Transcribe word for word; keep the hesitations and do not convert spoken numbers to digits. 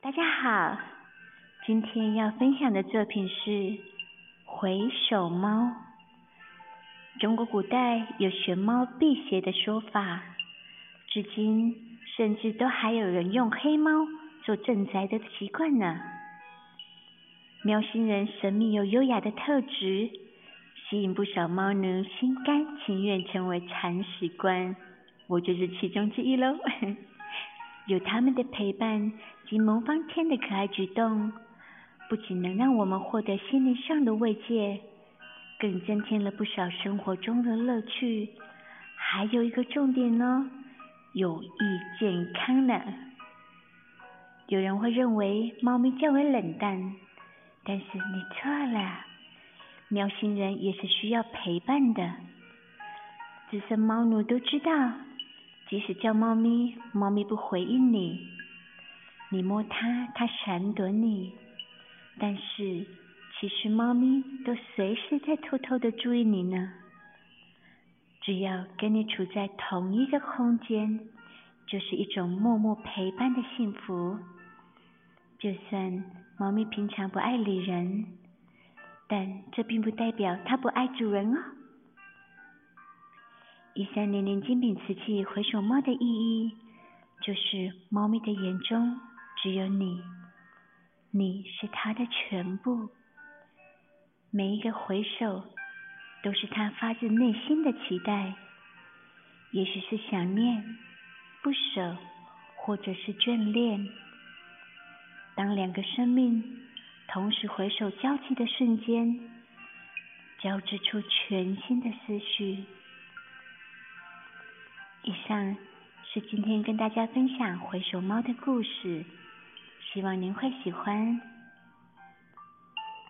大家好，今天要分享的作品是《回首猫》。中国古代有玄猫辟邪的说法，至今甚至都还有人用黑猫做镇宅的习惯呢。喵星人神秘又优雅的特质，吸引不少猫奴心甘情愿成为铲屎官，我就是其中之一喽。有他们的陪伴及萌方天的可爱举动，不仅能让我们获得心灵上的慰藉，更增添了不少生活中的乐趣。还有一个重点呢，有益健康呢。有人会认为猫咪较为冷淡，但是你错了，喵星人也是需要陪伴的。资深猫奴都知道，即使叫猫咪，猫咪不回应你，你摸它，它闪躲你，但是其实猫咪都随时在偷偷的注意你呢。只要跟你处在同一个空间，就是一种默默陪伴的幸福。就算猫咪平常不爱理人，但这并不代表它不爱主人哦。一三零零精品瓷器回首猫的意义，就是猫咪的眼中只有你，你是它的全部。每一个回首都是它发自内心的期待，也许是想念、不舍，或者是眷恋。当两个生命同时回首交集的瞬间，交织出全新的思绪。以上是今天跟大家分享回首猫的故事，希望您会喜欢。